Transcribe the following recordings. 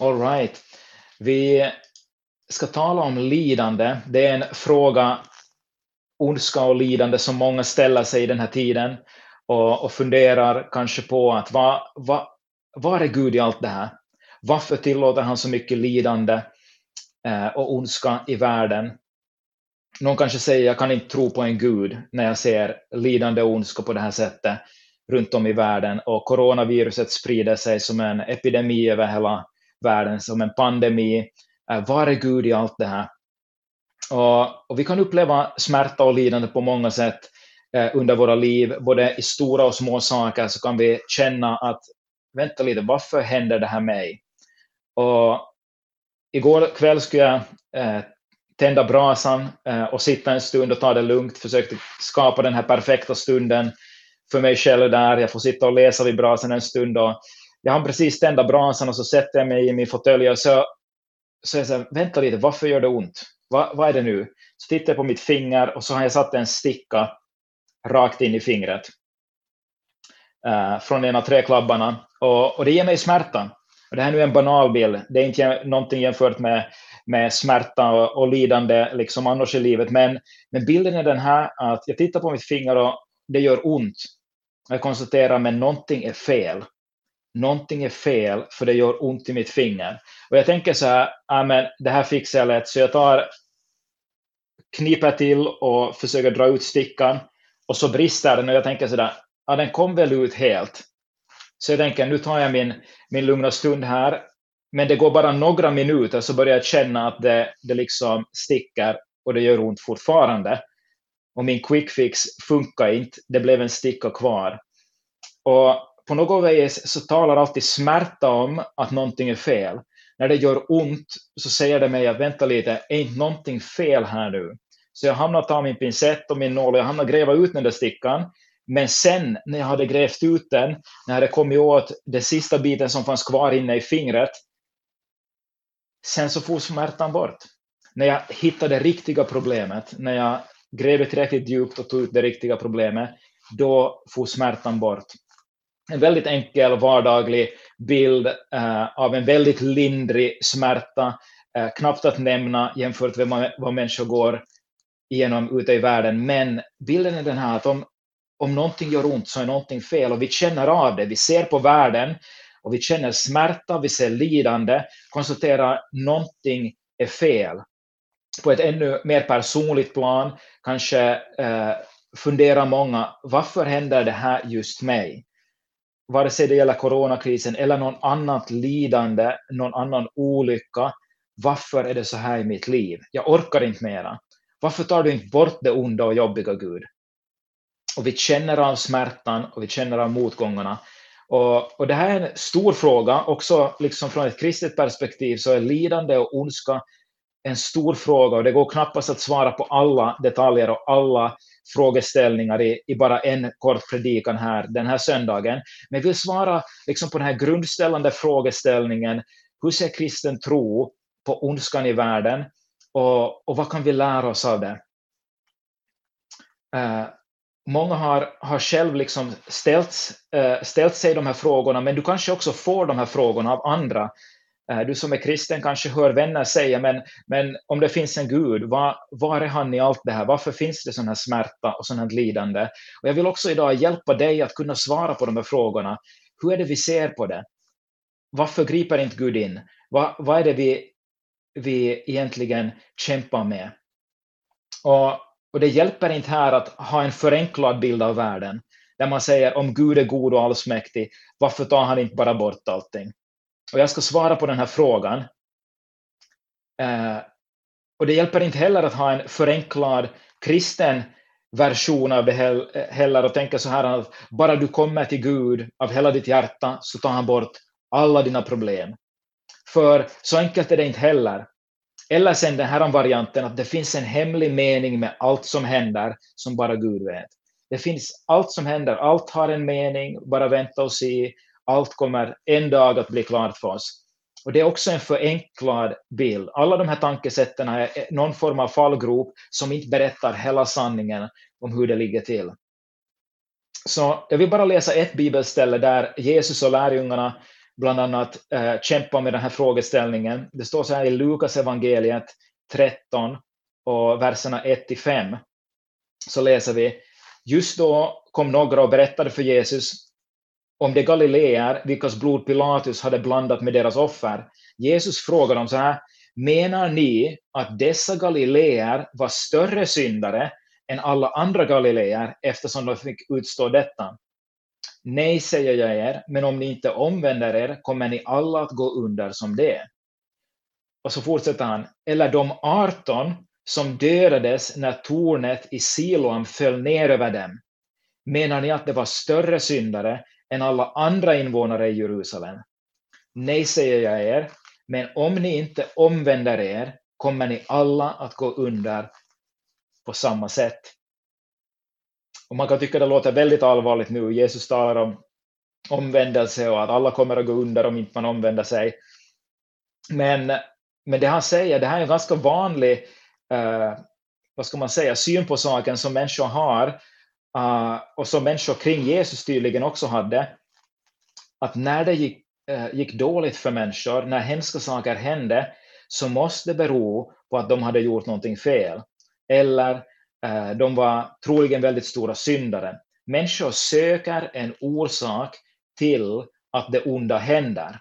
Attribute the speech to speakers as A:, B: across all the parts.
A: All right. Vi ska tala om lidande. Det är en fråga, ondska och lidande, som många ställer sig i den här tiden och funderar kanske på att vad är Gud i allt det här? Varför tillåter han så mycket lidande och ondska i världen? Någon kanske säger jag kan inte tro på en Gud när jag ser lidande och ondska på det här sättet runt om i världen, och coronaviruset sprider sig som en epidemi över hela världen, som en pandemi. Var är Gud i allt det här? Och vi kan uppleva smärta och lidande på många sätt under våra liv, både i stora och små saker så kan vi känna att vänta lite, varför händer det här mig? Och igår kväll skulle jag tända brasan och sitta en stund och ta det lugnt, försökte skapa den här perfekta stunden för mig själv där jag får sitta och läsa vid brasan en stund, och jag har precis tända brasan och så sätter jag mig i min fåtölj och så jag säger, vänta lite, varför gör det ont? Vad är det nu? Så tittar jag på mitt finger och så har jag satt en sticka rakt in i fingret från en av träklabbarna, och det ger mig smärta. Och det här är nu en banal bild, det är inte någonting jämfört med smärta och lidande liksom annars i livet, men bilden är den här att jag tittar på mitt finger och det gör ont. Jag konstaterar, men någonting är fel. Någonting är fel, för det gör ont i mitt finger. Och jag tänker så här, men det här fixar jag lätt, så jag kniper till och försöker dra ut stickan, och så brister den, och jag tänker så där, den kom väl ut helt. Så jag tänker, nu tar jag min lugna stund här, men det går bara några minuter så börjar jag känna att det liksom sticker och det gör ont fortfarande. Och min quick fix funkar inte, det blev en sticka kvar. Och på något vis så talar alltid smärta om att någonting är fel. När det gör ont så säger det mig att vänta lite, är inte någonting fel här nu? Så jag hamnar att ta min pincett och min nål och jag hamnar gräva ut den där stickan. Men sen när jag hade grävt ut den, när jag hade kommit åt det sista biten som fanns kvar inne i fingret, sen så får smärtan bort. När jag hittade det riktiga problemet, när jag grävde tillräckligt djupt och tog ut det riktiga problemet, då får smärtan bort. En väldigt enkel vardaglig bild av en väldigt lindrig smärta, knappt att nämna jämfört med vad människor går igenom ute i världen. Men bilden är den här att om någonting gör ont så är någonting fel, och vi känner av det. Vi ser på världen och vi känner smärta, vi ser lidande, konstaterar någonting är fel. På ett ännu mer personligt plan kanske funderar många, varför händer det här just mig? Vare sig det gäller coronakrisen eller någon annat lidande, någon annan olycka. Varför är det så här i mitt liv? Jag orkar inte mera. Varför tar du inte bort det onda och jobbiga, Gud? Och vi känner av smärtan och vi känner av motgångarna. Och det här är en stor fråga, också liksom från ett kristet perspektiv så är lidande och ondska en stor fråga, och det går knappast att svara på alla detaljer och alla frågeställningar i bara en kort predikan här den här söndagen. Men vi vill svara liksom på den här grundställande frågeställningen, hur ser kristen tro på ondskan i världen, och vad kan vi lära oss av det? Många har själv liksom ställt sig de här frågorna, men du kanske också får de här frågorna av andra. Du som är kristen kanske hör vänner säga, men om det finns en Gud, var är han i allt det här? Varför finns det sån här smärta och sån här lidande? Och jag vill också idag hjälpa dig att kunna svara på de här frågorna. Hur är det vi ser på det? Varför griper inte Gud in? Vad är det vi egentligen kämpar med? Och det hjälper inte här att ha en förenklad bild av världen, där man säger om Gud är god och allsmäktig, varför tar han inte bara bort allting? Och jag ska svara på den här frågan. Och det hjälper inte heller att ha en förenklad kristen version av det heller, och tänka så här att bara du kommer till Gud av hela ditt hjärta så tar han bort alla dina problem. För så enkelt är det inte heller. Eller sen den här varianten att det finns en hemlig mening med allt som händer som bara Gud vet. Det finns allt som händer, allt har en mening, bara vänta och se. Allt kommer en dag att bli klart för oss. Och det är också en förenklad bild. Alla de här tankesätten är någon form av fallgrop som inte berättar hela sanningen om hur det ligger till. Så jag vill bara läsa ett bibelställe där Jesus och lärjungarna bland annat kämpar med den här frågeställningen. Det står så här i Lukas evangeliet 13 och verserna 1-5. Så läser vi: just då kom några och berättade för Jesus om de galileer vilkas blod Pilatus hade blandat med deras offer. Jesus frågade dem så här: menar ni att dessa galileer var större syndare än alla andra galileer eftersom de fick utstå detta? Nej, säger jag er, men om ni inte omvänder er kommer ni alla att gå under som det. Och så fortsätter han: eller de 18 som dödades när tornet i Siloam föll ner över dem. Menar ni att det var större syndare än alla andra invånare i Jerusalem? Nej, säger jag er, men om ni inte omvänder er kommer ni alla att gå under på samma sätt. Och man kan tycka det låter väldigt allvarligt nu. Jesus talar om omvändelse och att alla kommer att gå under om inte man omvänder sig. Men det han säger, det här är en ganska vanlig vad ska man säga, syn på saken som människor har och som människor kring Jesus tydligen också hade. Att när det gick dåligt för människor, när hemska saker hände, så måste det bero på att de hade gjort någonting fel. Eller de var troligen väldigt stora syndare. Människor söker en orsak till att det onda händer.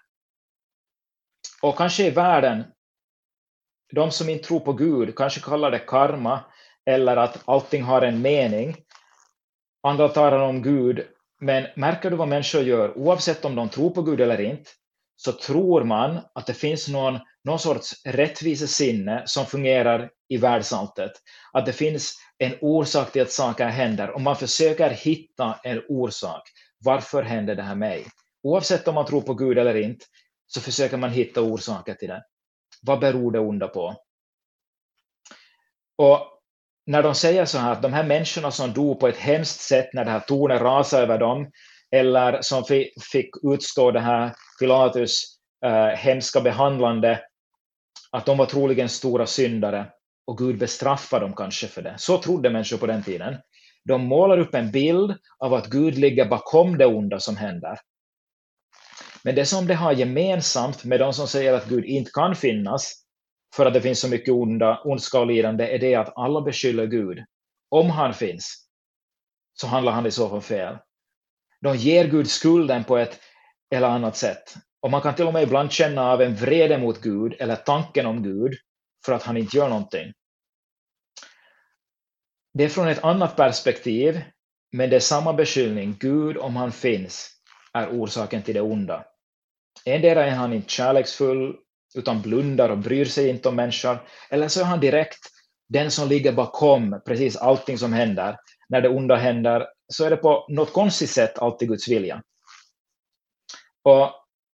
A: Och kanske i världen, de som inte tror på Gud kanske kallar det karma eller att allting har en mening. Andra talar om Gud, men märker du vad människor gör? Oavsett om de tror på Gud eller inte, så tror man att det finns någon sorts rättvisesinne som fungerar i världsalltet. Att det finns en orsak till att saker händer, och man försöker hitta en orsak. Varför händer det här mig? Oavsett om man tror på Gud eller inte, så försöker man hitta orsaker till det. Vad beror det onda på? Och när de säger så här, att de här människorna som dog på ett hemskt sätt när det här tornet rasade över dem, eller som fick utstå det här Pilatus hemska behandlande, att de var troligen stora syndare och Gud bestraffar dem kanske för det. Så trodde människor på den tiden. De målar upp en bild av att Gud ligger bakom det onda som händer. Men det som det har gemensamt med de som säger att Gud inte kan finnas för att det finns så mycket ondska och lidande, är det att alla beskyller Gud. Om han finns, så handlar han i så fall fel. De ger Gud skulden på ett eller annat sätt. Och man kan till och med ibland känna av en vrede mot Gud eller tanken om Gud för att han inte gör någonting. Det är från ett annat perspektiv, men det är samma beskyllning. Gud, om han finns, är orsaken till det onda. Endera är han inte kärleksfull utan blundar och bryr sig inte om människor, eller så är han direkt den som ligger bakom precis allting som händer. När det onda händer så är det på något konstigt sätt alltid Guds vilja. Och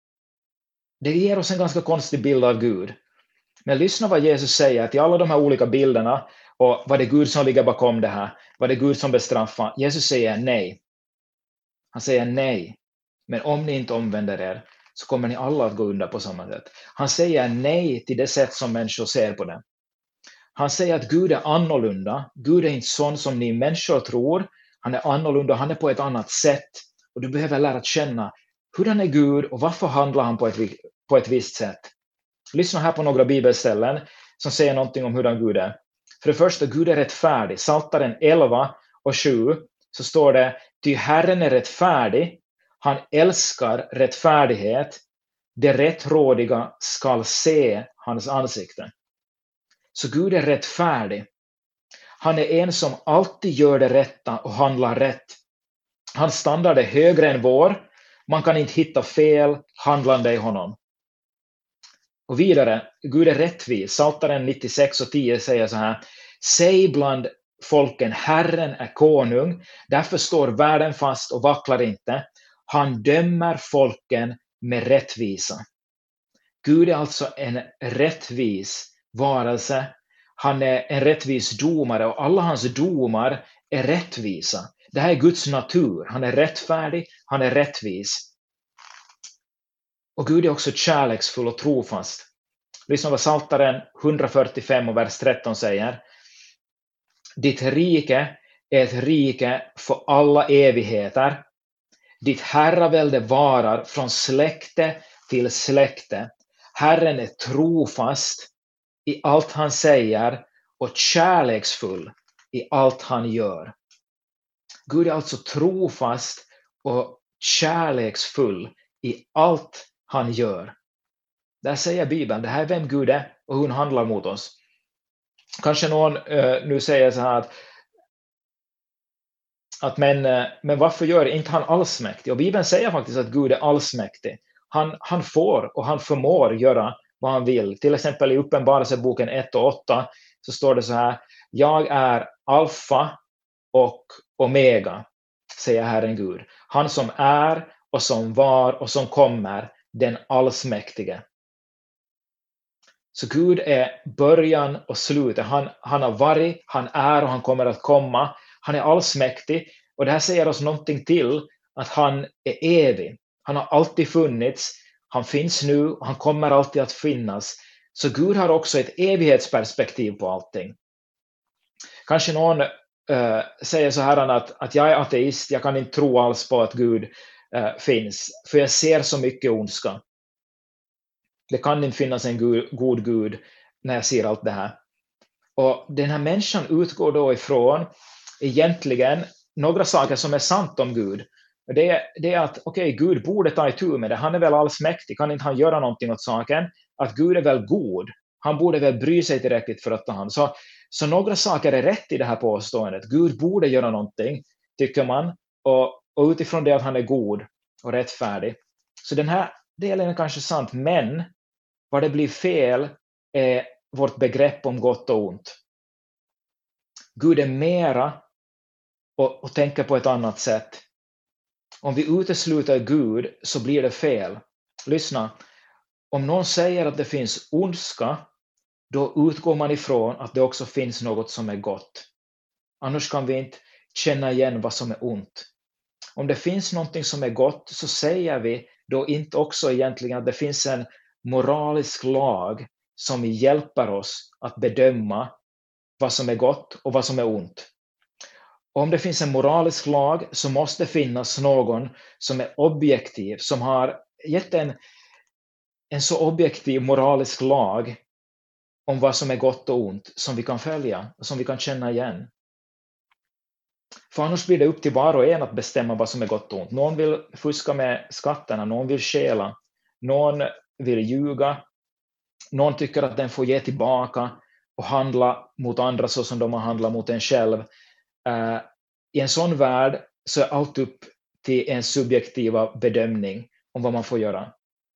A: det ger oss en ganska konstig bild av Gud. Men lyssna vad Jesus säger till alla de här olika bilderna, och vad det är Gud som ligger bakom det här, vad det är Gud som bestraffar. Jesus säger nej. Han säger nej. Men om ni inte omvänder er så kommer ni alla att gå under på samma sätt. Han säger nej till det sätt som människor ser på det. Han säger att Gud är annorlunda. Gud är inte sån som ni människor tror. Han är annorlunda, han är på ett annat sätt. Och du behöver lära att känna hur han är Gud och varför handlar han på ett visst sätt. Lyssna här på några bibelställen som säger någonting om hur han Gud är. För det första, Gud är rättfärdig. Psaltaren 11:7 så står det: ty Herren är rättfärdig. Han älskar rättfärdighet. Det rättrådiga skall se hans ansikte. Så Gud är rättfärdig. Han är en som alltid gör det rätta och handlar rätt. Hans standard är högre än vår. Man kan inte hitta fel handlande i honom. Och vidare, Gud är rättvis. Psaltaren 96:10 säger så här: säg bland folken, Herren är konung. Därför står världen fast och vacklar inte. Han dömer folken med rättvisa. Gud är alltså en rättvis varelse. Han är en rättvis domare, och alla hans domar är rättvisa. Det här är Guds natur. Han är rättfärdig, han är rättvis. Och Gud är också kärleksfull och trofast. Lyssna vad Psaltaren 145 och vers 13 säger: ditt rike är ett rike för alla evigheter. Ditt herravälde varar från släkte till släkte. Herren är trofast i allt han säger och kärleksfull i allt han gör. Gud är alltså trofast och kärleksfull i allt han gör. Där säger Bibeln, det här är vem Gud är och hur han handlar mot oss. Kanske någon nu säger så här att men varför gör inte han allsmäktig? Och Bibeln säger faktiskt att Gud är allsmäktig. Han får och han förmår göra vad han vill. Till exempel i Uppenbarelseboken 1 och 8 så står det så här: jag är alfa och omega, säger Herren Gud. Han som är och som var och som kommer, den allsmäktige. Så Gud är början och slutet. Han har varit, han är och han kommer att komma. Han är allsmäktig och det här säger oss någonting till att han är evig. Han har alltid funnits, han finns nu och han kommer alltid att finnas. Så Gud har också ett evighetsperspektiv på allting. Kanske någon säger så här att jag är ateist, jag kan inte tro alls på att Gud finns, för jag ser så mycket ondska. Det kan inte finnas en god Gud när jag ser allt det här. Och den här människan utgår då ifrån egentligen några saker som är sant om Gud. Det är att Gud borde ta itu med det. Han är väl allsmäktig, kan inte han göra någonting åt saken? Att Gud är väl god. Han borde väl bry sig tillräckligt för att ta hand. Så några saker är rätt i det här påståendet. Gud borde göra någonting, tycker man. Och utifrån det att han är god och rättfärdig. Så den här delen är kanske sant, men vad det blir fel är vårt begrepp om gott och ont. Gud är mera och tänker på ett annat sätt. Om vi utesluter Gud så blir det fel. Lyssna, om någon säger att det finns ondska, då utgår man ifrån att det också finns något som är gott. Annars kan vi inte känna igen vad som är ont. Om det finns någonting som är gott så säger vi då inte också egentligen att det finns en moralisk lag som hjälper oss att bedöma vad som är gott och vad som är ont. Om det finns en moralisk lag så måste det finnas någon som är objektiv, som har gett en så objektiv moralisk lag om vad som är gott och ont som vi kan följa och som vi kan känna igen. För annars blir det upp till var och en att bestämma vad som är gott och ont. Någon vill fuska med skatterna, någon vill stjäla, någon vill ljuga, någon tycker att den får ge tillbaka och handla mot andra så som de har handlat mot en själv. I en sån värld så är allt upp till en subjektiva bedömning om vad man får göra.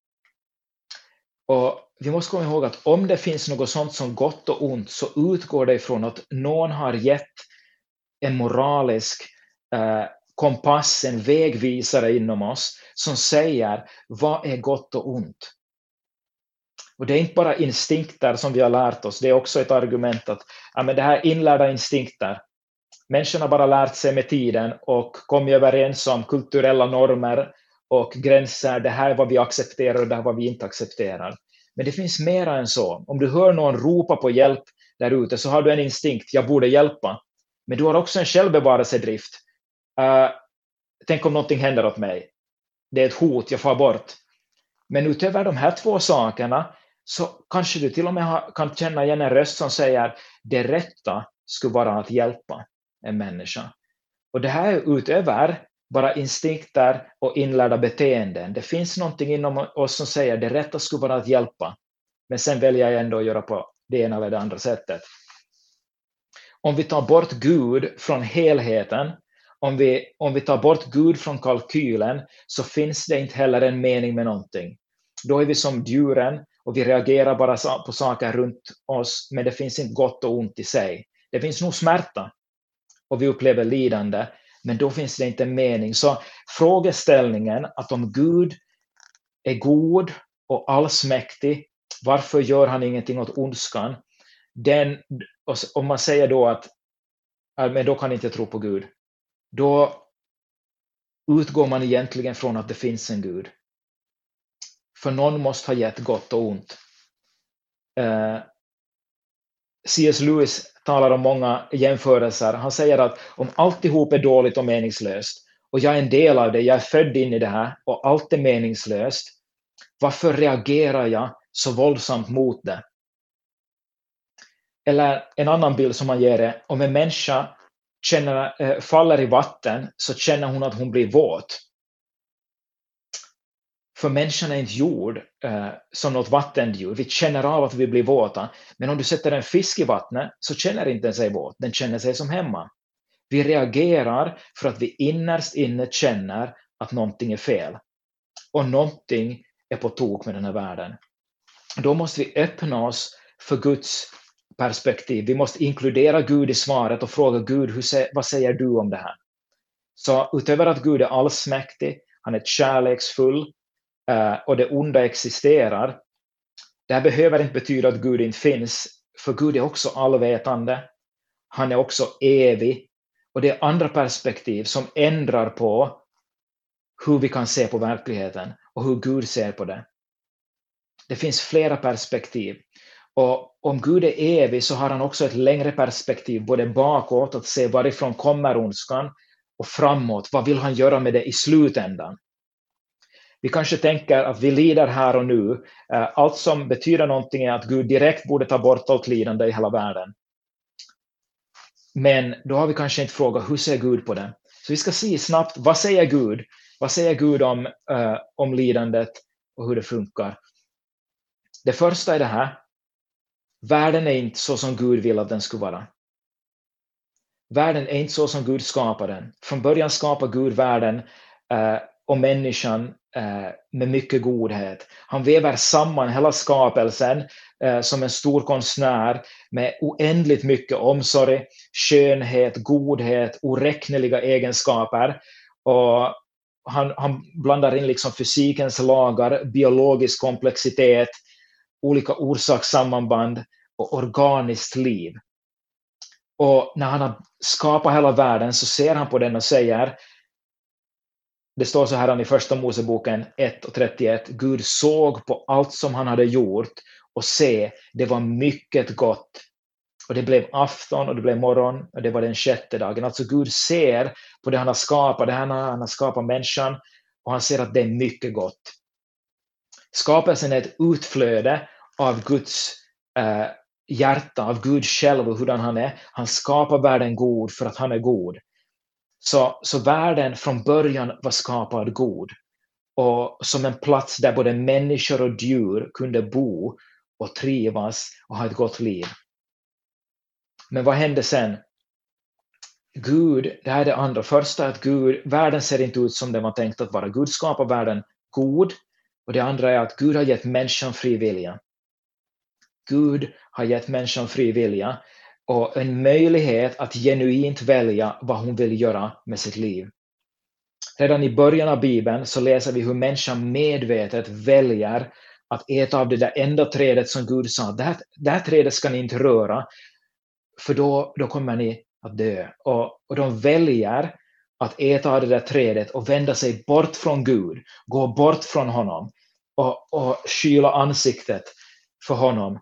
A: Och vi måste komma ihåg att om det finns något sånt som gott och ont så utgår det ifrån att någon har gett en moralisk kompass, en vägvisare inom oss som säger vad är gott och ont. Och det är inte bara instinkter som vi har lärt oss, det är också ett argument att men det här inlärda instinkter. Människan har bara lärt sig med tiden och kommit överens om kulturella normer och gränser. Det här är vad vi accepterar och det här är vad vi inte accepterar. Men det finns mer än så. Om du hör någon ropa på hjälp där ute så har du en instinkt, jag borde hjälpa. Men du har också en självbevarelsedrift. Tänk om någonting händer åt mig. Det är ett hot, jag far bort. Men utöver de här två sakerna så kanske du till och med kan känna igen en röst som säger det rätta skulle vara att hjälpa en människa. Och det här är utöver bara instinkter och inlärda beteenden. Det finns någonting inom oss som säger det rätta skulle vara att hjälpa. Men sen väljer jag ändå att göra på det ena eller det andra sättet. Om vi tar bort Gud från helheten, om vi tar bort Gud från kalkylen så finns det inte heller en mening med någonting. Då är vi som djuren och vi reagerar bara på saker runt oss, men det finns inte gott och ont i sig. Det finns nog smärta och vi upplever lidande, men då finns det inte en mening. Så frågeställningen att om Gud är god och allsmäktig, varför gör han ingenting åt ondskan? Om man säger då att men då kan inte tro på Gud, då utgår man egentligen från att det finns en Gud. För någon måste ha gett gott och ont. C.S. Lewis talar om många jämförelser. Han säger att om alltihop är dåligt och meningslöst och jag är en del av det, jag är född in i det här och allt är meningslöst, Varför reagerar jag så våldsamt mot det? Eller en annan bild som man ger är, om en människa faller i vatten så känner hon att hon blir våt. För människan är inte gjord som något vattendjur. Vi känner av att vi blir våta. Men om du sätter en fisk i vattnet så känner inte den sig våt. Den känner sig som hemma. Vi reagerar för att vi innerst inne känner att någonting är fel. Och någonting är på tok med den här världen. Då måste vi öppna oss för Guds perspektiv. Vi måste inkludera Gud i svaret och fråga Gud, vad säger du om det här? Så utöver att Gud är allsmäktig, han är kärleksfull och det onda existerar. Det här behöver inte betyda att Gud inte finns, för Gud är också allvetande. Han är också evig. Och det är andra perspektiv som ändrar på hur vi kan se på verkligheten och hur Gud ser på det. Det finns flera perspektiv. Och om Gud är evig så har han också ett längre perspektiv, både bakåt, att se varifrån kommer ondskan, och framåt, vad vill han göra med det i slutändan. Vi kanske tänker att vi lider här och nu. Allt som betyder någonting är att Gud direkt borde ta bort allt lidande i hela världen. Men då har vi kanske inte frågat, hur ser Gud på det? Så vi ska se snabbt, vad säger Gud? Vad säger Gud om lidandet och hur det funkar? Det första är det här. Världen är inte så som Gud vill att den skulle vara. Världen är inte så som Gud skapar den. Från början skapar Gud världen och människan med mycket godhet. Han väver samman hela skapelsen som en stor konstnär med oändligt mycket omsorg, skönhet, godhet, oräkneliga egenskaper. Och han blandar in liksom fysikens lagar, biologisk komplexitet, olika orsakssammanband och organiskt liv. Och när han har skapat hela världen så ser han på den och säger, det står så här i första Moseboken 1:31, Gud såg på allt som han hade gjort och se, det var mycket gott. Och det blev afton och det blev morgon och det var den 6:e dagen. Alltså Gud ser på det han har skapat, han har skapat människan, och han ser att det är mycket gott. Skapelsen är ett utflöde av Guds hjärta, av Gud själv och hur han är. Han skapar världen god för att han är god. Så världen från början var skapad god. Och som en plats där både människor och djur kunde bo och trivas och ha ett gott liv. Men vad hände sen? Gud, det här är det andra. Första är att världen ser inte ut som den var tänkt att vara. Gud skapar världen god. Och det andra är att Gud har gett människan fri vilja. Gud har gett människan fri vilja och en möjlighet att genuint välja vad hon vill göra med sitt liv. Redan i början av Bibeln så läser vi hur människan medvetet väljer att äta av det där enda trädet som Gud sa, det här trädet ska ni inte röra, för då kommer ni att dö. Och de väljer att äta av det där trädet och vända sig bort från Gud, gå bort från honom och skyla ansiktet för honom.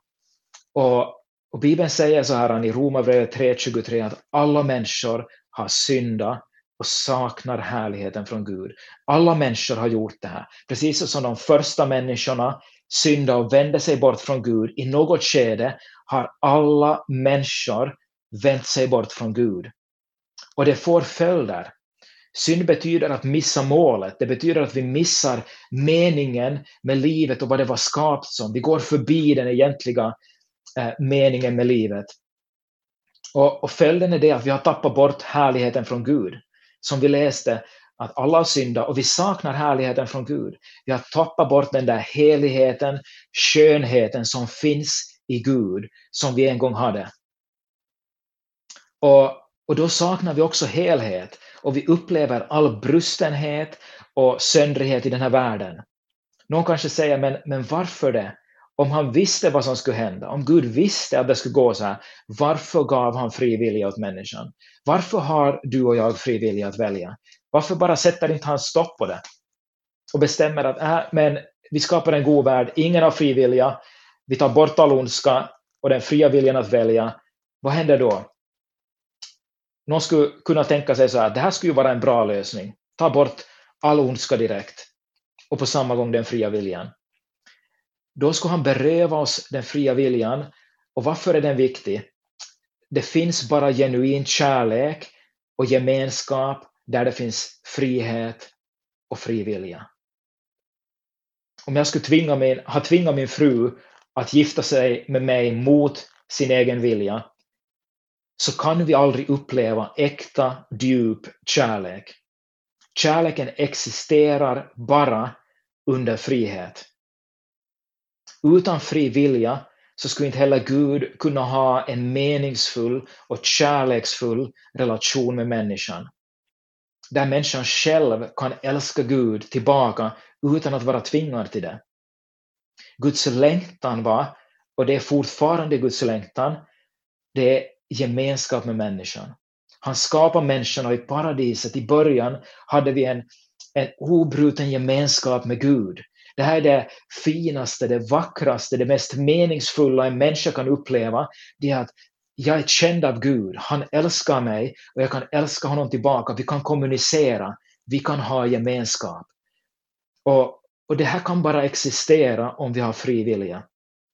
A: Och Bibeln säger så här i Romarbrevet 3:23 att alla människor har syndat och saknar härligheten från Gud. Alla människor har gjort det här. Precis som de första människorna syndade och vände sig bort från Gud. I något skede har alla människor vänt sig bort från Gud. Och det får följder. Synd betyder att missa målet. Det betyder att vi missar meningen med livet och vad det var skapat som. Vi går förbi den egentliga meningen med livet. Och följden är det att vi har tappat bort härligheten från Gud. Som vi läste, att alla har syndat och vi saknar härligheten från Gud. Vi har tappat bort den där heligheten, skönheten som finns i Gud, som vi en gång hade. Och då saknar vi också helhet. Och vi upplever all brustenhet och söndrighet i den här världen. Någon kanske säger, men varför det? Om han visste vad som skulle hända, om Gud visste att det skulle gå så här, varför gav han fri vilja åt människan? Varför har du och jag fri vilja att välja? Varför bara sätter inte han stopp på det? Och bestämmer att men vi skapar en god värld, ingen har fri vilja, vi tar bort all ondska och den fria viljan att välja. Vad händer då? Någon skulle kunna tänka sig så här, det här skulle vara en bra lösning. Ta bort all ondska direkt och på samma gång den fria viljan. då ska han beröva oss den fria viljan. Och varför är den viktig? Det finns bara genuin kärlek och gemenskap där det finns frihet och fri vilja. Om jag skulle tvinga min fru att gifta sig med mig mot sin egen vilja, så kan vi aldrig uppleva äkta, djup kärlek. Kärleken existerar bara under frihet. Utan fri vilja så skulle inte heller Gud kunna ha en meningsfull och kärleksfull relation med människan. Där människan själv kan älska Gud tillbaka utan att vara tvingad till det. Guds längtan var, och det är fortfarande Guds längtan, det är gemenskap med människan. Han skapar människorna i paradiset. I början hade vi en obruten gemenskap med Gud. Det här är det finaste, det vackraste, det mest meningsfulla en människa kan uppleva. Det är att jag är känd av Gud. Han älskar mig och jag kan älska honom tillbaka. Vi kan kommunicera. Vi kan ha gemenskap. Och det här kan bara existera om vi har fri vilja.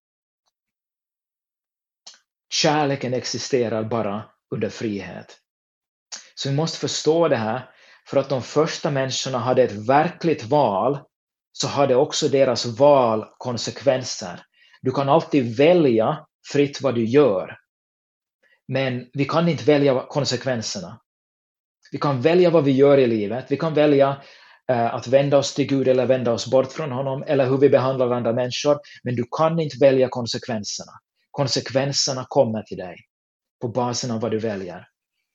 A: Kärleken existerar bara under frihet. Så vi måste förstå det här, för att de första människorna hade ett verkligt val, så hade också deras val konsekvenser. Du kan alltid välja fritt vad du gör, men vi kan inte välja konsekvenserna. Vi kan välja vad vi gör i livet. Vi kan välja att vända oss till Gud eller vända oss bort från honom, eller hur vi behandlar andra människor, men du kan inte välja konsekvenserna. Konsekvenserna kommer till dig på basen av vad du väljer.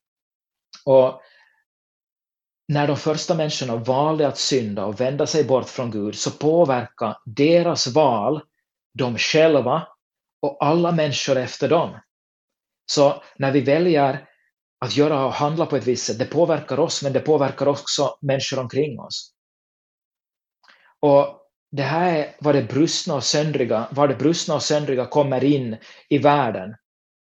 A: Och när de första människorna valde att synda och vända sig bort från Gud, så påverkar deras val de själva och alla människor efter dem. Så när vi väljer att göra och handla på ett visst sätt, det påverkar oss, men det påverkar också människor omkring oss. Och det här är var det brustna och söndriga kommer in i världen.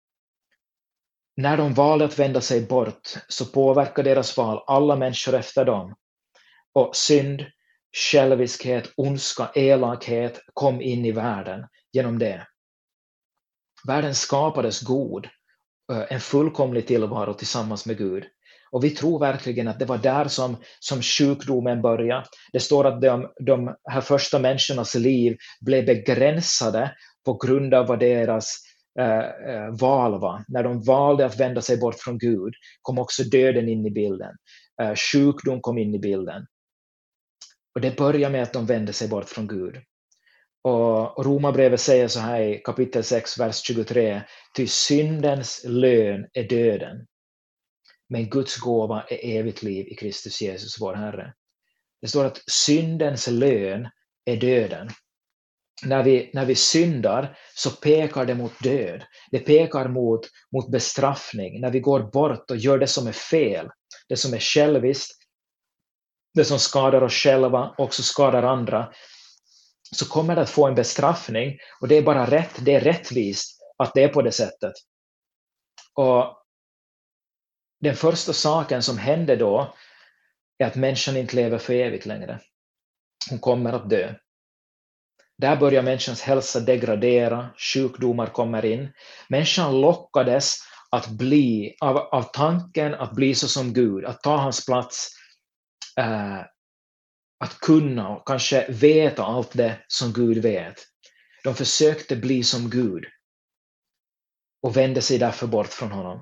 A: När de valde att vända sig bort, så påverkar deras val alla människor efter dem. Och synd, själviskhet, ondska, elakhet kom in i världen genom det. Världen skapades god, en fullkomlig tillvaro tillsammans med Gud. Och vi tror verkligen att det var där som sjukdomen började. Det står att de här första människornas liv blev begränsade på grund av vad deras val var. När de valde att vända sig bort från Gud kom också döden in i bilden. Sjukdom kom in i bilden. Och det börjar med att de vände sig bort från Gud. Och Romarbrevet säger så här i kapitel 6, vers 23: ty syndens lön är döden, men Guds gåva är evigt liv i Kristus Jesus vår Herre. Det står att syndens lön är döden. När vi syndar så pekar det mot död. Det pekar mot bestraffning. När vi går bort och gör det som är fel, det som är själviskt, det som skadar oss själva och också skadar andra, så kommer det att få en bestraffning. Och det är bara rätt, det är rättvist att det är på det sättet. Och den första saken som händer då är att människan inte lever för evigt längre. Hon kommer att dö. Där börjar människans hälsa degradera, sjukdomar kommer in. Människan lockades att bli, av tanken att bli så som Gud, att ta hans plats, att kunna och kanske veta allt det som Gud vet. De försökte bli som Gud och vände sig därför bort från honom.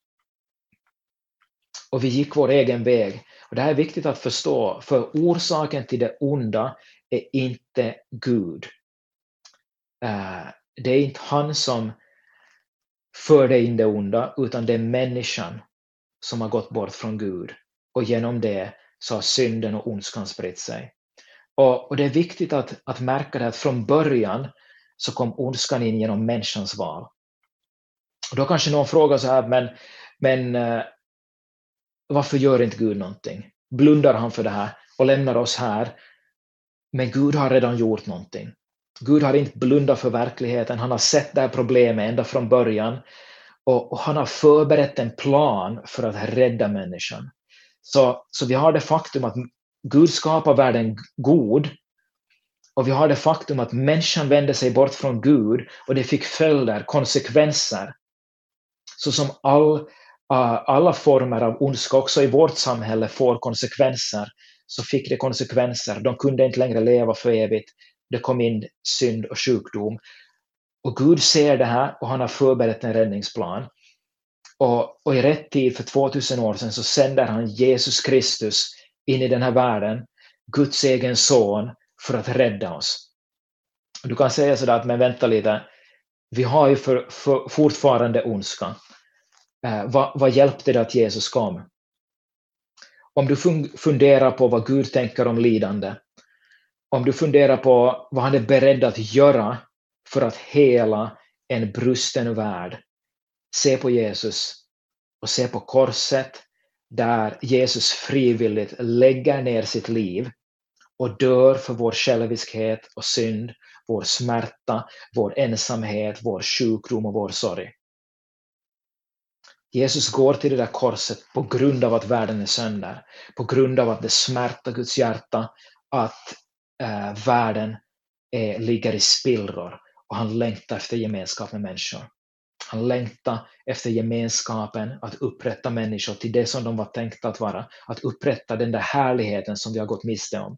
A: Och vi gick vår egen väg. Och det här är viktigt att förstå, för orsaken till det onda är inte Gud. Det är inte han som för dig in det onda, utan det är människan som har gått bort från Gud. Och genom det så har synden och ondskan spritt sig. Och det är viktigt att märka det, att från början så kom ondskan in genom människans val. Och då kanske någon frågar så här, men varför gör inte Gud någonting? Blundar han för det här och lämnar oss här? Men Gud har redan gjort någonting. Gud har inte blundat för verkligheten. Han har sett det här problemet ända från början. Och han har förberett en plan för att rädda människan. Så vi har det faktum att Gud skapar världen god. Och vi har det faktum att människan vände sig bort från Gud och det fick följder, konsekvenser. Så som alla former av ondska också i vårt samhälle får konsekvenser, så fick det konsekvenser. De kunde inte längre leva för evigt. Det kom in synd och sjukdom. Och Gud ser det här och han har förberett en räddningsplan. Och i rätt tid för 2000 år sedan så sänder han Jesus Kristus in i den här världen, Guds egen son, för att rädda oss. Du kan säga sådär att men vänta lite, vi har ju fortfarande ondska. Vad hjälpte det att Jesus kom? Om du funderar på vad Gud tänker om lidande, om du funderar på vad han är beredd att göra för att hela en brusten värld, se på Jesus och se på korset där Jesus frivilligt lägger ner sitt liv och dör för vår själviskhet och synd, vår smärta, vår ensamhet, vår sjukdom och vår sorg. Jesus går till det där korset på grund av att världen är sönder, på grund av att det smärtar Guds hjärta att världen ligger i spillror, och han längtar efter gemenskap med människor. Han längtar efter gemenskapen, att upprätta människor till det som de var tänkta att vara, att upprätta den där härligheten som vi har gått miste om.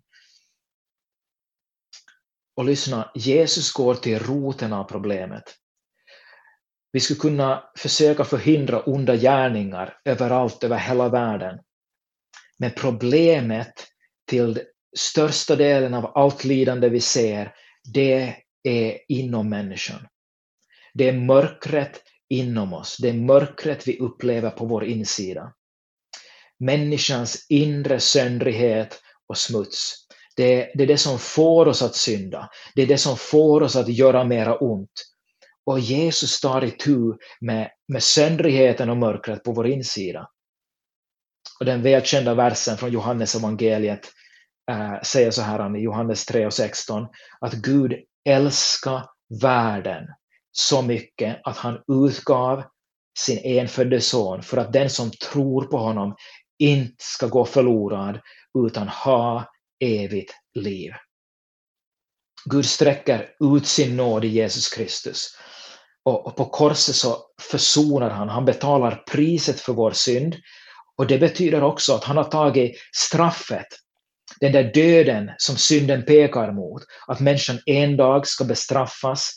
A: Och lyssna, Jesus går till roten av problemet. Vi skulle kunna försöka förhindra onda gärningar överallt, över hela världen. Men problemet till största delen av allt lidande vi ser, det är inom människan. Det är mörkret inom oss. Det är mörkret vi upplever på vår insida. Människans inre söndrighet och smuts. Det är det som får oss att synda. Det är det som får oss att göra mera ont. Och Jesus tar itu med söndrigheten och mörkret på vår insida. Och den välkända versen från Johannes evangeliet säger så här i Johannes 3:16, att Gud älskar världen så mycket att han utgav sin enfödde son för att den som tror på honom inte ska gå förlorad utan ha evigt liv. Gud sträcker ut sin nåd i Jesus Kristus. Och på korset så försonar han betalar priset för vår synd. Och det betyder också att han har tagit straffet, den där döden som synden pekar mot, att människan en dag ska bestraffas,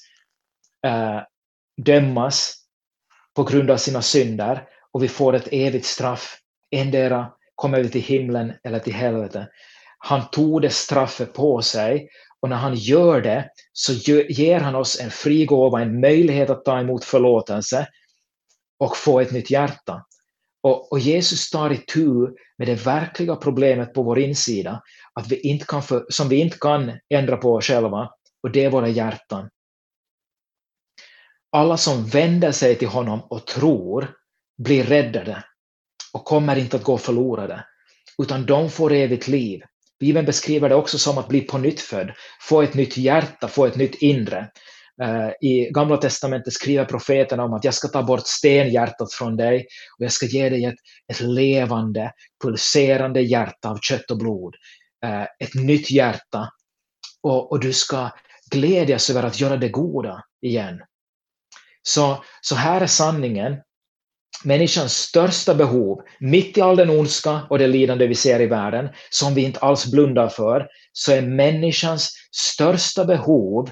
A: dömas på grund av sina synder, och vi får ett evigt straff. Endera kommer vi till himlen eller till helvete. Han tog det straffet på sig, och när han gör det så ger han oss en fri gåva, en möjlighet att ta emot förlåtelse och få ett nytt hjärta. Och Jesus tar itu med det verkliga problemet på vår insida, att vi inte kan som vi inte kan ändra på själva, och det är våra hjärtan. Alla som vänder sig till honom och tror blir räddade och kommer inte att gå förlorade, utan de får evigt liv. Bibeln beskriver det också som att bli på nytt född, få ett nytt hjärta, få ett nytt inre. I Gamla testamentet skriver profeterna om att jag ska ta bort stenhjärtat från dig och jag ska ge dig ett levande, pulserande hjärta av kött och blod. Ett nytt hjärta, och du ska glädjas över att göra det goda igen. Så här är sanningen. Människans största behov, mitt i all den ondska och det lidande vi ser i världen, som vi inte alls blundar för, så är människans största behov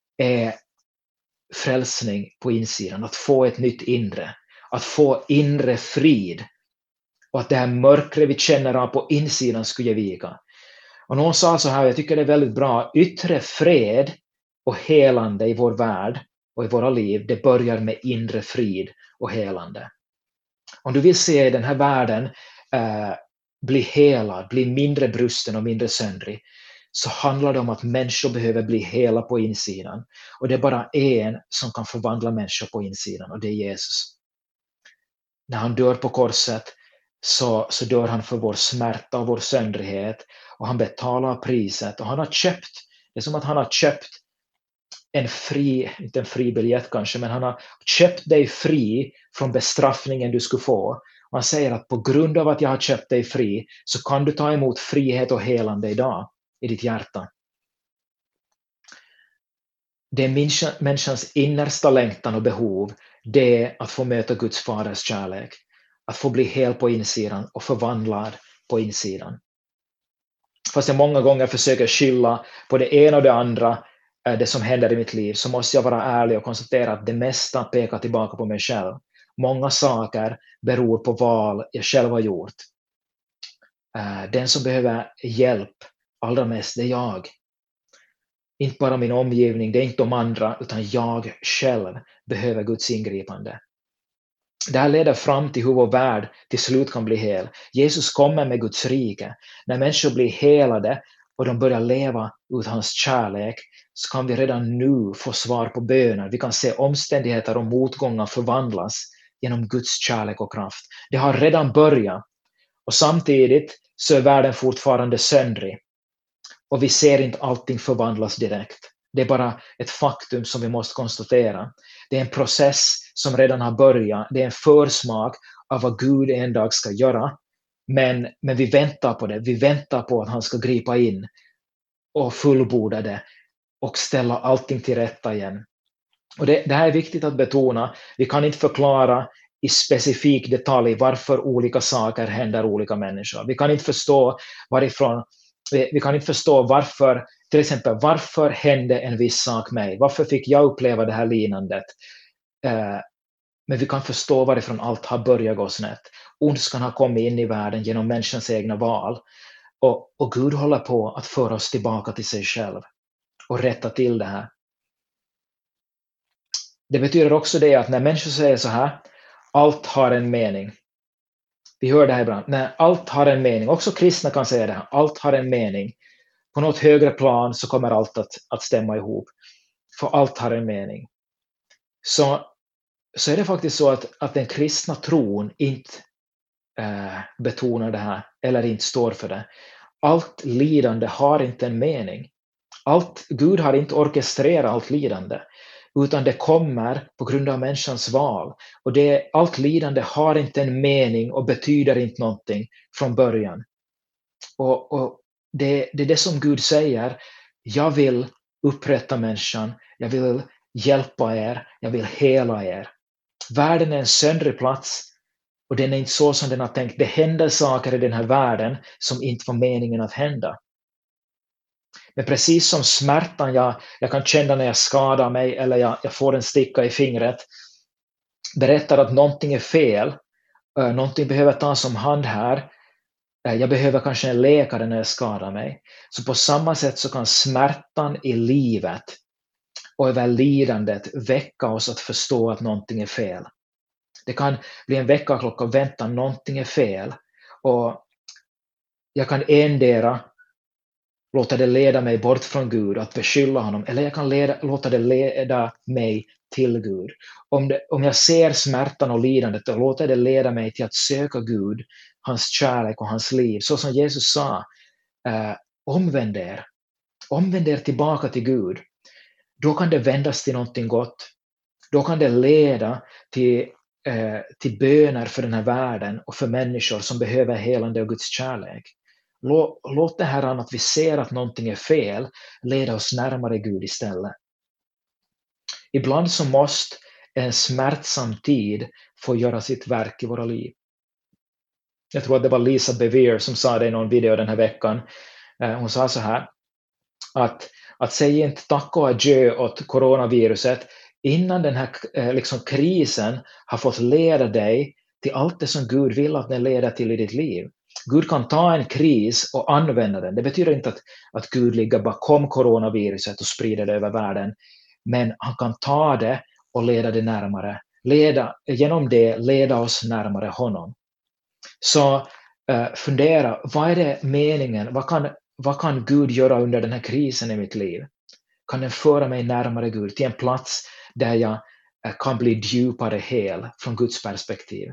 A: frälsning på insidan, att få ett nytt inre, att få inre frid, och att det här mörkret vi känner av på insidan skulle ge vika. Och någon sa så här, jag tycker det är väldigt bra, yttre fred och helande i vår värld och i våra liv, det börjar med inre frid och helande. Om du vill se den här världen bli helad, bli mindre brusten och mindre söndrig, så handlar det om att människor behöver bli hela på insidan. Och det är bara en som kan förvandla människor på insidan, och det är Jesus. När han dör på korset så dör han för vår smärta och vår söndrighet, och han betalar priset, och han har köpt, det är som att han har köpt inte en fri biljett kanske, men han har köpt dig fri från bestraffningen du skulle få. Och han säger att på grund av att jag har köpt dig fri så kan du ta emot frihet och helande idag i ditt hjärta. Det är människans innersta längtan och behov, det är att få möta Guds faders kärlek. Att få bli hel på insidan och förvandlad på insidan. Fast jag många gånger försöker skylla på det ena och det andra, det som händer i mitt liv, så måste jag vara ärlig och konstatera att det mesta pekar tillbaka på mig själv. Många saker beror på val jag själv har gjort. Den som behöver hjälp allra mest, det är jag. Inte bara min omgivning, det är inte de andra, utan jag själv behöver Guds ingripande. Det här leder fram till hur vår värld till slut kan bli hel. Jesus kommer med Guds rike. När människor blir helade och de börjar leva ut hans kärlek, så kan vi redan nu få svar på böner. Vi kan se omständigheter och motgångar förvandlas genom Guds kärlek och kraft. Det har redan börjat. Och samtidigt så är världen fortfarande söndrig. Och vi ser inte allting förvandlas direkt. Det är bara ett faktum som vi måste konstatera. Det är en process som redan har börjat. Det är en försmak av vad Gud en dag ska göra. Men vi väntar på det. Vi väntar på att han ska gripa in och fullborda det och ställa allting till rätta igen. Och det här är viktigt att betona. Vi kan inte förklara i specifik detalj varför olika saker händer olika människor. Vi kan inte förstå varför, till exempel, varför hände en viss sak mig? Varför fick jag uppleva det här lidande? Men vi kan förstå varifrån allt har börjat gå snett. Ondskan har kommit in i världen genom människans egna val. Och Gud håller på att föra oss tillbaka till sig själv och rätta till det här. Det betyder också det att när människor säger så här, allt har en mening. Vi hör det här ibland. När allt har en mening, också kristna kan säga det här, allt har en mening. På något högre plan så kommer allt att stämma ihop. För allt har en mening. Så är det faktiskt så att den kristna tron inte betonar det här eller inte står för det. Allt lidande har inte en mening. Gud har inte orkestrerat allt lidande, utan det kommer på grund av människans val. Och allt lidande har inte en mening och betyder inte någonting från början. Och det är det som Gud säger, jag vill upprätta människan, jag vill hjälpa er, jag vill hela er. Världen är en söndrig plats och den är inte så som den har tänkt. Det händer saker i den här världen som inte var meningen att hända. Men precis som smärtan jag kan känna när jag skadar mig eller jag får en sticka i fingret, berättar att någonting är fel, någonting behöver tas om hand här, jag behöver kanske en läkare när jag skadar mig. Så på samma sätt så kan smärtan i livet och över lidandet väcka oss att förstå att någonting är fel. Det kan bli en väckarklocka, vänta, någonting är fel. Och jag kan endera låta det leda mig bort från Gud, att beskylla honom, eller jag kan låta det leda mig till Gud. Om jag ser smärtan och lidandet, då låter det leda mig till att söka Gud, hans kärlek och hans liv. Så som Jesus sa, omvänd er tillbaka till Gud. Då kan det vändas till någonting gott. Då kan det leda till böner för den här världen och för människor som behöver helande och Guds kärlek. Låt det här att vi ser att någonting är fel leda oss närmare Gud istället. Ibland så måste en smärtsam tid få göra sitt verk i våra liv. Jag tror att det var Lisa Bevere som sa det i någon video den här veckan. Hon sa så här, att säga inte tack och adjö åt coronaviruset innan den här krisen har fått leda dig till allt det som Gud vill att den leder till i ditt liv. Gud kan ta en kris och använda den. Det betyder inte att Gud ligger bakom coronaviruset och sprider det över världen. Men han kan ta det och leda det närmare. Genom det leda oss närmare honom. Så fundera, vad är det meningen? Vad kan Gud göra under den här krisen i mitt liv? Kan den föra mig närmare Gud till en plats där jag kan bli djupare hel från Guds perspektiv?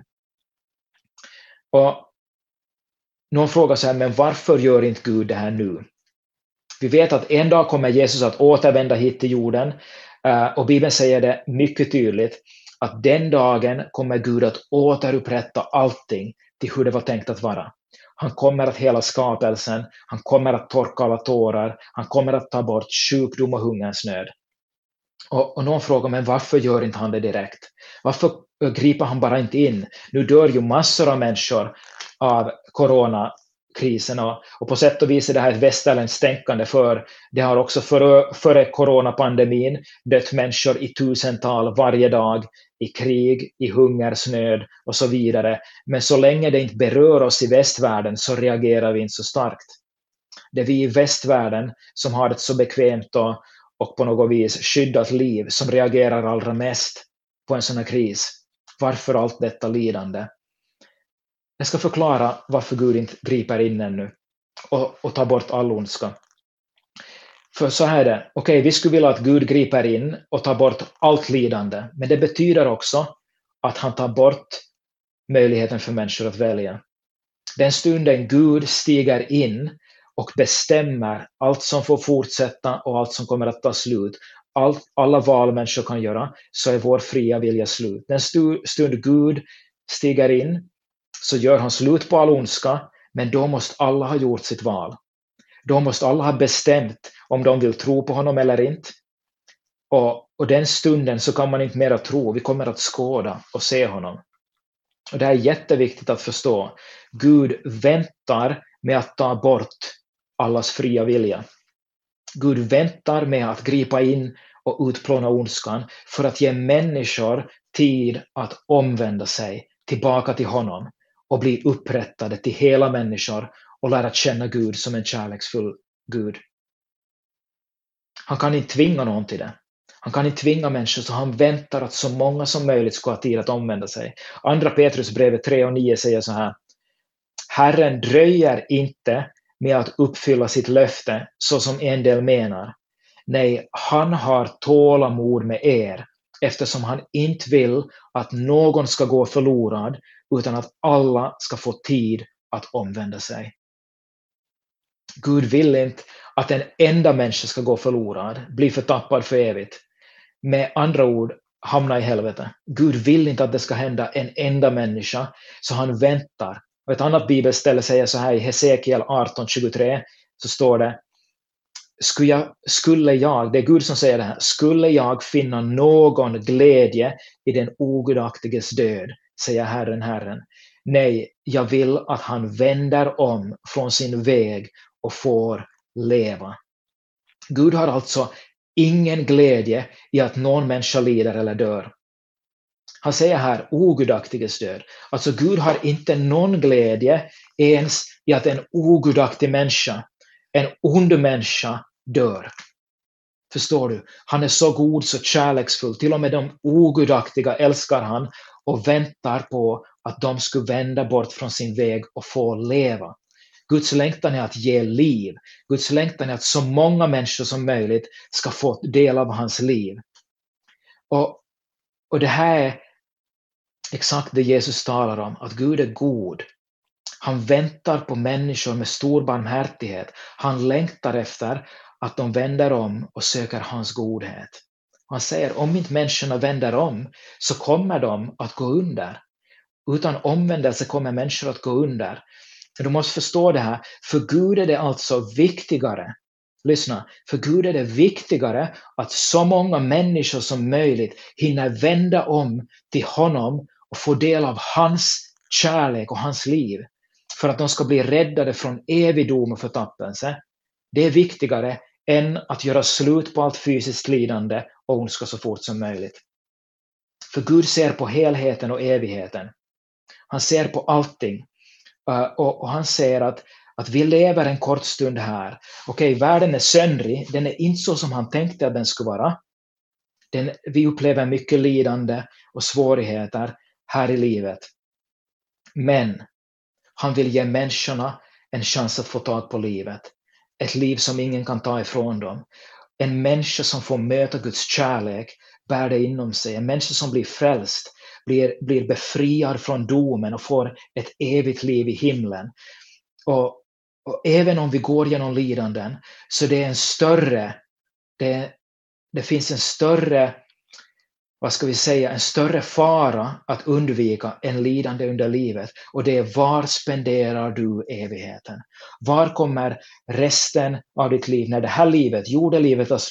A: Och någon frågar sig, men varför gör inte Gud det här nu? Vi vet att en dag kommer Jesus att återvända hit till jorden, och Bibeln säger det mycket tydligt att den dagen kommer Gud att återupprätta allting till hur det var tänkt att vara. Han kommer att hela skapelsen, han kommer att torka alla tårar, han kommer att ta bort sjukdom och hungersnöd. Och någon frågar, men varför gör inte han det direkt? Varför griper han bara inte in? Nu dör ju massor av människor av coronakrisen, och på sätt och vis är det här ett västerländskt tänkande, för det har också före coronapandemin dött människor i tusental varje dag i krig, i hungersnöd och så vidare. Men så länge det inte berör oss i västvärlden så reagerar vi inte så starkt. Det är vi i västvärlden som har ett så bekvämt och på något vis skyddat liv som reagerar allra mest på en sån här kris. Varför allt detta lidande? Jag ska förklara varför Gud inte griper in ännu och tar bort all ondska. För så här är det, okej, vi skulle vilja att Gud griper in och tar bort allt lidande, men det betyder också att han tar bort möjligheten för människor att välja. Den stunden Gud stiger in och bestämmer allt som får fortsätta och allt som kommer att ta slut, alla val människor kan göra, så är vår fria vilja slut. Den stund Gud stiger in så gör han slut på all ondska, men då måste alla ha gjort sitt val. Då måste alla ha bestämt om de vill tro på honom eller inte. Och den stunden så kan man inte mera tro, vi kommer att skåda och se honom. Och det här är jätteviktigt att förstå. Gud väntar med att ta bort allas fria vilja. Gud väntar med att gripa in och utplåna ondskan för att ge människor tid att omvända sig tillbaka till honom och bli upprättade till hela människor och lära känna Gud som en kärleksfull Gud. Han kan inte tvinga någon till det. Han kan inte tvinga människor, så han väntar att så många som möjligt ska ha tid att omvända sig. Andra Petrusbrevet 3:9 säger så här: Herren dröjer inte med att uppfylla sitt löfte så som en del menar. Nej, han har tålamod med er, eftersom han inte vill att någon ska gå förlorad, utan att alla ska få tid att omvända sig. Gud vill inte att en enda människa ska gå förlorad, bli förtappad för evigt. Med andra ord, hamna i helvete. Gud vill inte att det ska hända en enda människa, så han väntar. Och ett annat bibelställe säger så här i Hesekiel 18:23, så står det: skulle jag, det är Gud som säger det här, skulle jag finna någon glädje i den ogudaktiges död, säger Herren. Nej, jag vill att han vänder om från sin väg och får leva. Gud har alltså ingen glädje i att någon människa lider eller dör. Han säger här ogudaktiges död. Alltså Gud har inte någon glädje ens i att en ogudaktig människa, en ond människa, dör. Förstår du? Han är så god, så kärleksfull. Till och med de ogudaktiga älskar han och väntar på att de skulle vända bort från sin väg och få leva. Guds längtan är att ge liv. Guds längtan är att så många människor som möjligt ska få del av hans liv. Och det här är exakt det Jesus talar om, att Gud är god. Han väntar på människor med stor barmhärtighet. Han längtar efter att de vänder om och söker hans godhet. Han säger, om inte människorna vänder om så kommer de att gå under. Utan omvändelse kommer människor att gå under. Du måste förstå det här, för Gud är det alltså viktigare. Lyssna, för Gud är det viktigare att så många människor som möjligt hinner vända om till honom och få del av hans kärlek och hans liv, för att de ska bli räddade från evig dom och förtappelse. Det är viktigare än att göra slut på allt fysiskt lidande och ondska så fort som möjligt. För Gud ser på helheten och evigheten. Han ser på allting. Och han säger att vi lever en kort stund här. Okej, världen är söndrig. Den är inte så som han tänkte att den skulle vara. Vi upplever mycket lidande och svårigheter här i livet. Men han vill ge människorna en chans att få tag på livet. Ett liv som ingen kan ta ifrån dem. En människa som får möta Guds kärlek bär det inom sig. En människa som blir frälst, blir befriad från domen och får ett evigt liv i himlen. Och även om vi går genom lidanden, så det är en större, det finns en större, vad ska vi säga, en större fara att undvika än lidande under livet. Och det är: var spenderar du evigheten? Var kommer resten av ditt liv, när det här livet, jordelivet, tar slut?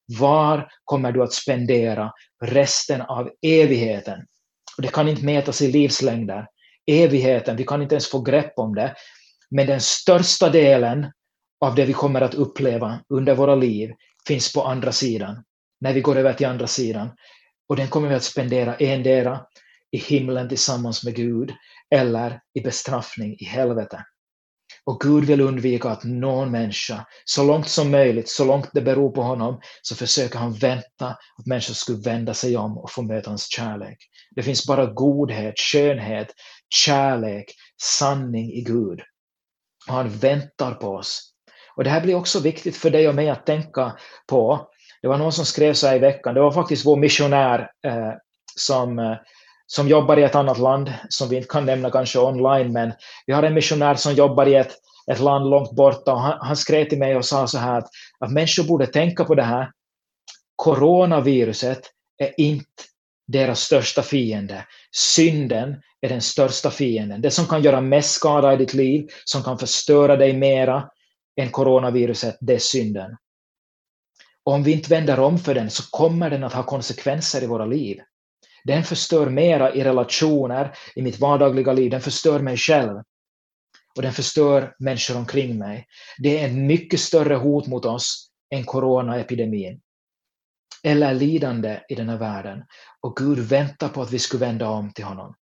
A: Var kommer du att spendera resten av evigheten? Och det kan inte mätas i livslängder. Evigheten, vi kan inte ens få grepp om det. Men den största delen av det vi kommer att uppleva under våra liv finns på andra sidan. När vi går över till andra sidan. Och den kommer vi att spendera endera i himlen tillsammans med Gud eller i bestraffning i helvetet. Och Gud vill undvika att någon människa, så långt som möjligt, så långt det beror på honom, så försöker han vänta att människor skulle vända sig om och få möta hans kärlek. Det finns bara godhet, skönhet, kärlek, sanning i Gud. Och han väntar på oss. Och det här blir också viktigt för dig och mig att tänka på. Det var någon som skrev så här i veckan, det var faktiskt vår missionär som jobbar i ett annat land, som vi inte kan nämna kanske online, men vi har en missionär som jobbar i ett land långt borta, och han skrev till mig och sa så här att människor borde tänka på det här. Coronaviruset är inte deras största fiende. Synden är den största fienden. Det som kan göra mest skada i ditt liv, som kan förstöra dig mera än coronaviruset, det är synden. Och om vi inte vänder om för den, så kommer den att ha konsekvenser i våra liv. Den förstör mera i relationer, i mitt vardagliga liv. Den förstör mig själv. Och den förstör människor omkring mig. Det är en mycket större hot mot oss än coronaepidemin. Eller lidande i den här världen. Och Gud väntar på att vi ska vända om till honom.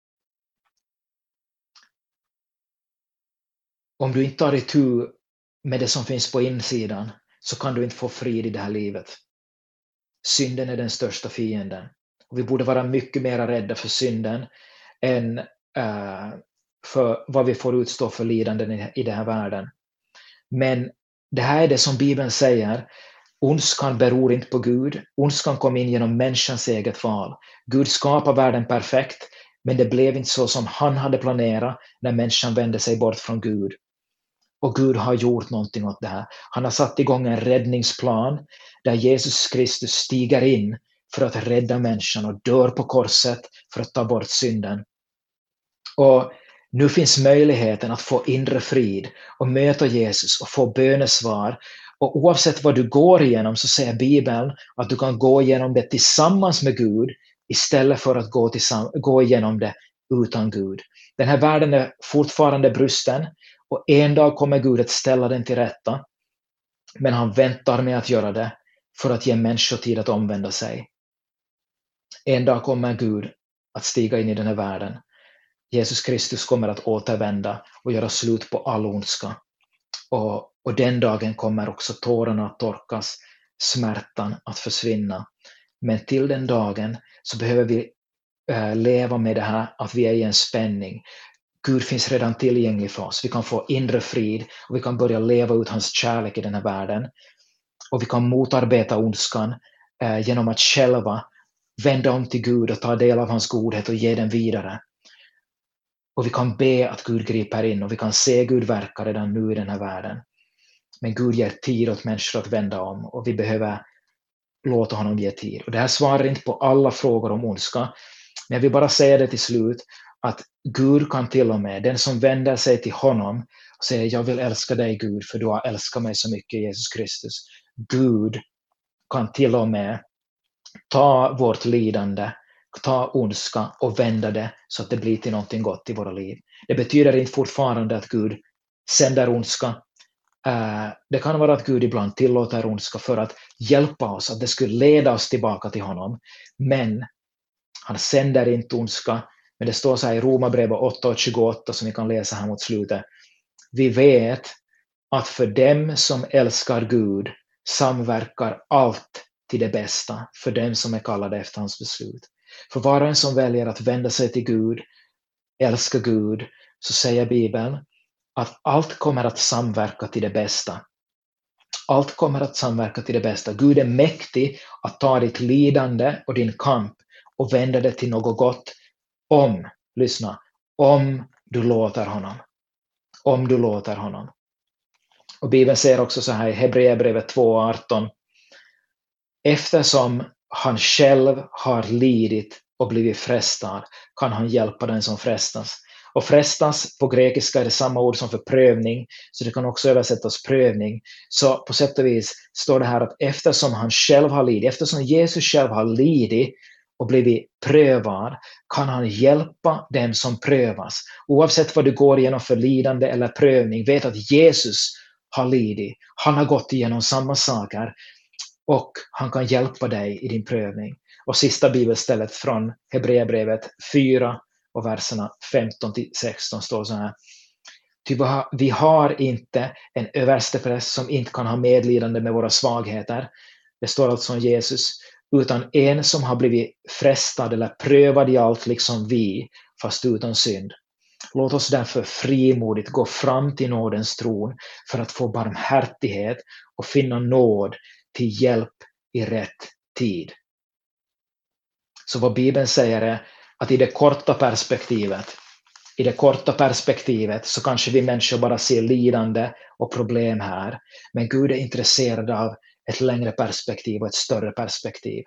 A: Om du inte tar itu med det som finns på insidan, så kan du inte få frid i det här livet. Synden är den största fienden. Och vi borde vara mycket mer rädda för synden än för vad vi får utstå för lidanden i den här världen. Men det här är det som Bibeln säger. Ondskan beror inte på Gud. Ondskan kom in genom människans eget val. Gud skapar världen perfekt, men det blev inte så som han hade planerat när människan vände sig bort från Gud. Och Gud har gjort någonting åt det här. Han har satt igång en räddningsplan där Jesus Kristus stiger in för att rädda människan och dör på korset för att ta bort synden. Och nu finns möjligheten att få inre frid och möta Jesus och få bönesvar. Och oavsett vad du går igenom, så säger Bibeln att du kan gå igenom det tillsammans med Gud istället för att gå igenom det utan Gud. Den här världen är fortfarande brusten, och en dag kommer Gud att ställa den till rätta. Men han väntar med att göra det för att ge människor tid att omvända sig. En dag kommer Gud att stiga in i den här världen. Jesus Kristus kommer att återvända och göra slut på all ondska. Och den dagen kommer också tårarna att torkas, smärtan att försvinna. Men till den dagen så behöver vi leva med det här att vi är i en spänning. Gud finns redan tillgänglig för oss. Vi kan få inre frid och vi kan börja leva ut hans kärlek i den här världen. Och vi kan motarbeta ondskan genom att själva vända om till Gud och ta del av hans godhet och ge den vidare. Och vi kan be att Gud griper in, och vi kan se Gud verka redan nu i den här världen. Men Gud ger tid åt människor att vända om, och vi behöver låta honom ge tid. Och det här svarar inte på alla frågor om ondska, men jag vill bara säga det till slut, att Gud kan till och med, den som vänder sig till honom och säger jag vill älska dig Gud för du har älskat mig så mycket Jesus Kristus. Gud kan till och med ta vårt lidande, ta ondska och vända det så att det blir till någonting gott i våra liv. Det betyder inte fortfarande att Gud sänder ondska. Det kan vara att Gud ibland tillåter ondska för att hjälpa oss, att det skulle leda oss tillbaka till honom. Men han sänder inte ondska. Men det står så här i Romarbrevet 8:28 som vi kan läsa här mot slutet. Vi vet att för dem som älskar Gud samverkar allt till det bästa för dem som är kallade efter hans beslut. För var och en som väljer att vända sig till Gud, älska Gud, så säger Bibeln att allt kommer att samverka till det bästa. Allt kommer att samverka till det bästa. Gud är mäktig att ta ditt lidande och din kamp och vända det till något gott om du låter honom. Om du låter honom. Och Bibeln säger också så här i Hebreerbrevet 2:18. Eftersom han själv har lidit och blivit frestad kan han hjälpa den som frestas. Och frestas på grekiska är det samma ord som för prövning, så det kan också översättas prövning. Så på sätt och vis står det här att eftersom han själv har lidit, eftersom Jesus själv har lidit och blivit prövad, kan han hjälpa dem som prövas. Oavsett vad du går igenom för lidande eller prövning, vet att Jesus har lidit. Han har gått igenom samma saker och han kan hjälpa dig i din prövning. Och sista bibelstället från Hebreerbrevet 4 och verserna 15-16 står så här. Ty vi har inte en överstepräst som inte kan ha medlidande med våra svagheter. Det står alltså om Jesus. Utan en som har blivit frestad eller prövad i allt liksom vi, fast utan synd. Låt oss därför frimodigt gå fram till nådens tron för att få barmhärtighet och finna nåd till hjälp i rätt tid. Så vad Bibeln säger är att i det korta perspektivet så kanske vi människor bara ser lidande och problem här. Men Gud är intresserad av ett längre perspektiv och ett större perspektiv.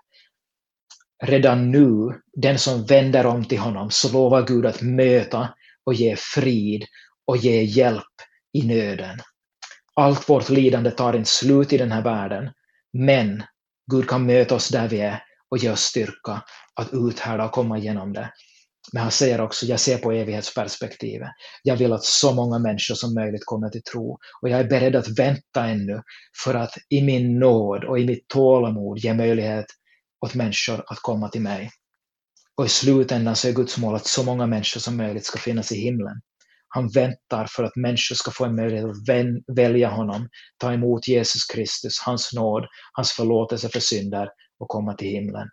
A: Redan nu, den som vänder om till honom, så lovar Gud att möta och ge frid och ge hjälp i nöden. Allt vårt lidande tar inte slut i den här världen, men Gud kan möta oss där vi är och ge oss styrka att uthärda och komma igenom det. Men han säger också, jag ser på evighetsperspektivet. Jag vill att så många människor som möjligt kommer till tro. Och jag är beredd att vänta ännu för att i min nåd och i mitt tålamod ge möjlighet åt människor att komma till mig. Och i slutändan så är Guds mål att så många människor som möjligt ska finnas i himlen. Han väntar för att människor ska få en möjlighet att välja honom, ta emot Jesus Kristus, hans nåd, hans förlåtelse för synder och komma till himlen.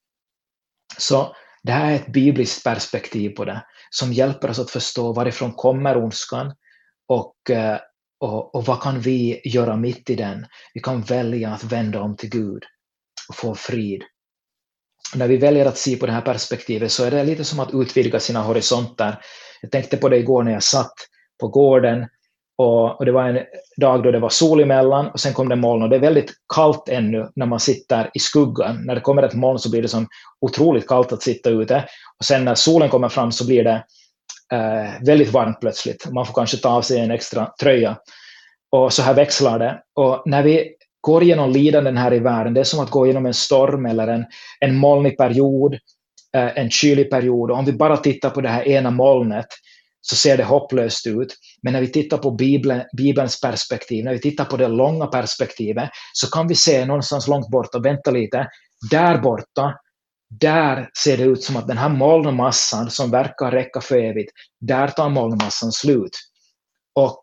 A: Så det här är ett bibliskt perspektiv på det som hjälper oss att förstå varifrån kommer ondskan och vad kan vi göra mitt i den. Vi kan välja att vända om till Gud och få frid. När vi väljer att se på det här perspektivet så är det lite som att utvidga sina horisonter. Jag tänkte på det igår när jag satt på gården och det var en dag då det var sol emellan och sen kom det moln och det är väldigt kallt ännu när man sitter i skuggan. När det kommer ett moln så blir det som otroligt kallt att sitta ute och sen när solen kommer fram så blir det väldigt varmt plötsligt. Man får kanske ta av sig en extra tröja och så här växlar det. Och när vi går igenom lidanden här i världen, det är som att gå igenom en storm eller en molnig period, en kylig period. Och om vi bara tittar på det här ena molnet så ser det hopplöst ut. Men när vi tittar på Bibelns perspektiv, när vi tittar på det långa perspektivet så kan vi se någonstans långt borta, vänta lite, där borta, där ser det ut som att den här molnmassan som verkar räcka för evigt, där tar molnmassan slut. Och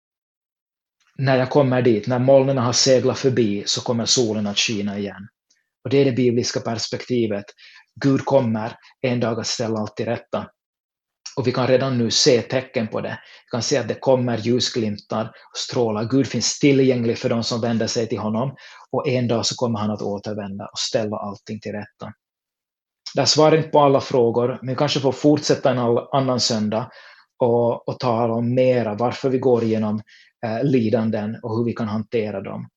A: när jag kommer dit, när molnen har seglat förbi så kommer solen att skina igen. Och det är det bibliska perspektivet. Gud kommer en dag att ställa allt till rätta. Och vi kan redan nu se tecken på det. Vi kan se att det kommer ljusglimtar och strålar. Gud finns tillgänglig för de som vänder sig till honom. Och en dag så kommer han att återvända och ställa allting till rätta. Det svarar inte på alla frågor, men vi kanske får fortsätta en annan söndag och tala om mera varför vi går igenom lidanden och hur vi kan hantera dem.